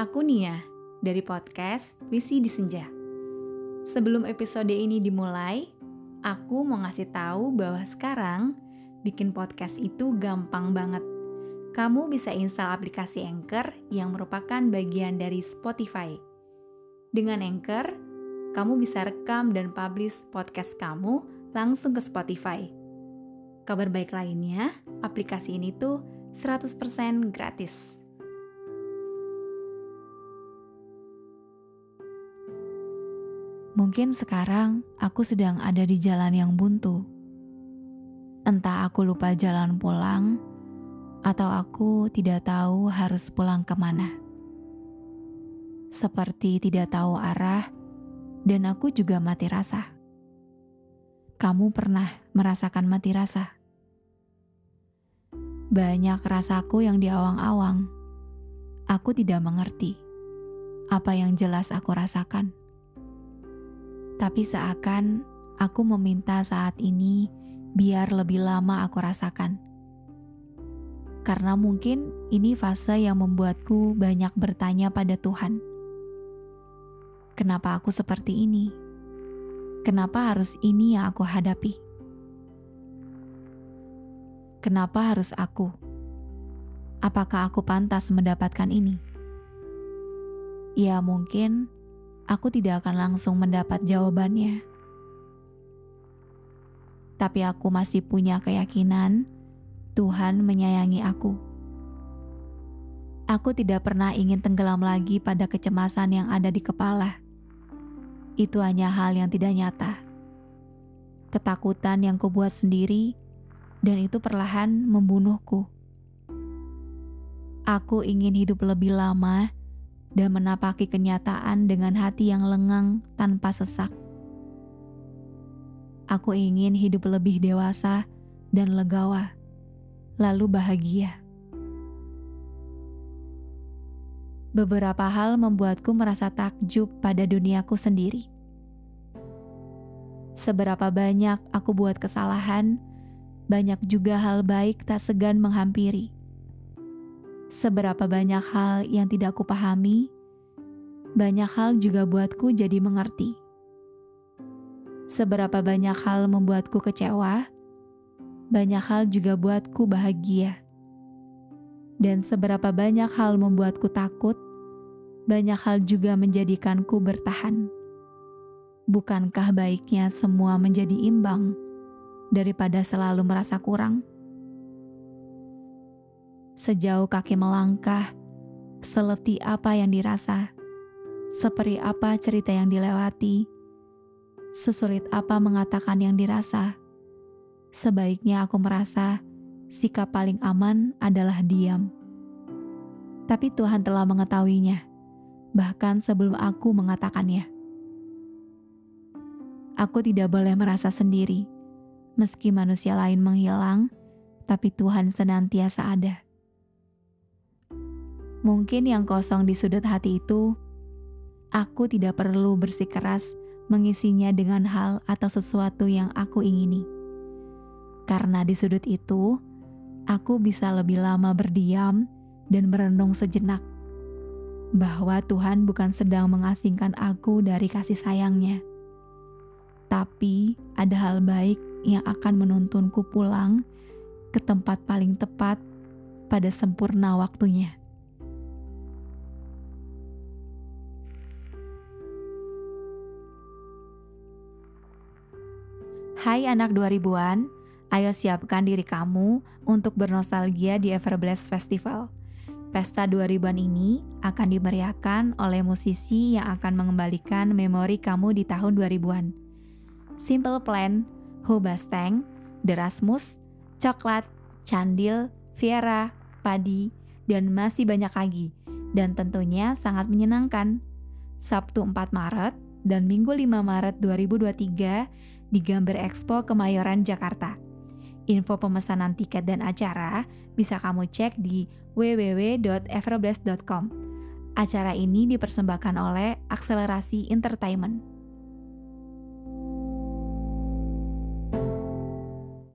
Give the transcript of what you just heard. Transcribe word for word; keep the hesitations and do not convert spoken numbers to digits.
Aku Nia, dari podcast Visi di Senja. Sebelum episode ini dimulai, aku mau ngasih tahu bahwa sekarang bikin podcast itu gampang banget. Kamu bisa install aplikasi Anchor yang merupakan bagian dari Spotify. Dengan Anchor, kamu bisa rekam dan publish podcast kamu langsung ke Spotify. Kabar baik lainnya, aplikasi ini tuh seratus persen gratis. Mungkin sekarang aku sedang ada di jalan yang buntu. Entah aku lupa jalan pulang, atau aku tidak tahu harus pulang kemana. Seperti tidak tahu arah, dan aku juga mati rasa. Kamu pernah merasakan mati rasa? Banyak rasaku yang diawang-awang. Aku tidak mengerti apa yang jelas aku rasakan. Tapi seakan aku meminta saat ini biar lebih lama aku rasakan. Karena mungkin ini fase yang membuatku banyak bertanya pada Tuhan. Kenapa aku seperti ini? Kenapa harus ini yang aku hadapi? Kenapa harus aku? Apakah aku pantas mendapatkan ini? Ya mungkin aku tidak akan langsung mendapat jawabannya. Tapi aku masih punya keyakinan Tuhan menyayangi aku. Aku tidak pernah ingin tenggelam lagi pada kecemasan yang ada di kepala. Itu hanya hal yang tidak nyata. Ketakutan yang kubuat sendiri, dan itu perlahan membunuhku. Aku ingin hidup lebih lama dan menapaki kenyataan dengan hati yang lengang tanpa sesak. Aku ingin hidup lebih dewasa dan legawa, lalu bahagia. Beberapa hal membuatku merasa takjub pada duniaku sendiri. Seberapa banyak aku buat kesalahan, banyak juga hal baik tak segan menghampiri. Seberapa banyak hal yang tidak kupahami, banyak hal juga buatku jadi mengerti. Seberapa banyak hal membuatku kecewa, banyak hal juga buatku bahagia. Dan seberapa banyak hal membuatku takut, banyak hal juga menjadikanku bertahan. Bukankah baiknya semua menjadi imbang daripada selalu merasa kurang? Sejauh kaki melangkah, seletih apa yang dirasa, seperti apa cerita yang dilewati, sesulit apa mengatakan yang dirasa, sebaiknya aku merasa sikap paling aman adalah diam. Tapi Tuhan telah mengetahuinya, bahkan sebelum aku mengatakannya. Aku tidak boleh merasa sendiri, meski manusia lain menghilang, tapi Tuhan senantiasa ada. Mungkin yang kosong di sudut hati itu, aku tidak perlu bersikeras mengisinya dengan hal atau sesuatu yang aku ingini. Karena di sudut itu, aku bisa lebih lama berdiam dan merenung sejenak, bahwa Tuhan bukan sedang mengasingkan aku dari kasih sayangnya. Tapi ada hal baik yang akan menuntunku pulang ke tempat paling tepat pada sempurna waktunya. Hai anak dua ribuan, ayo siapkan diri kamu untuk bernostalgia di Everblast Festival. Pesta dua ribuan ini akan dimeriahkan oleh musisi yang akan mengembalikan memori kamu di tahun dua ribuan. Simple Plan, Hobastang, Derasmus, Coklat, Candil, Viera, Padi, dan masih banyak lagi. Dan tentunya sangat menyenangkan. Sabtu empat Maret dan Minggu lima Maret dua ribu dua puluh tiga di Gambar Expo Kemayoran, Jakarta. Info pemesanan tiket dan acara bisa kamu cek di w w w dot everblast dot com. Acara ini dipersembahkan oleh Akselerasi Entertainment.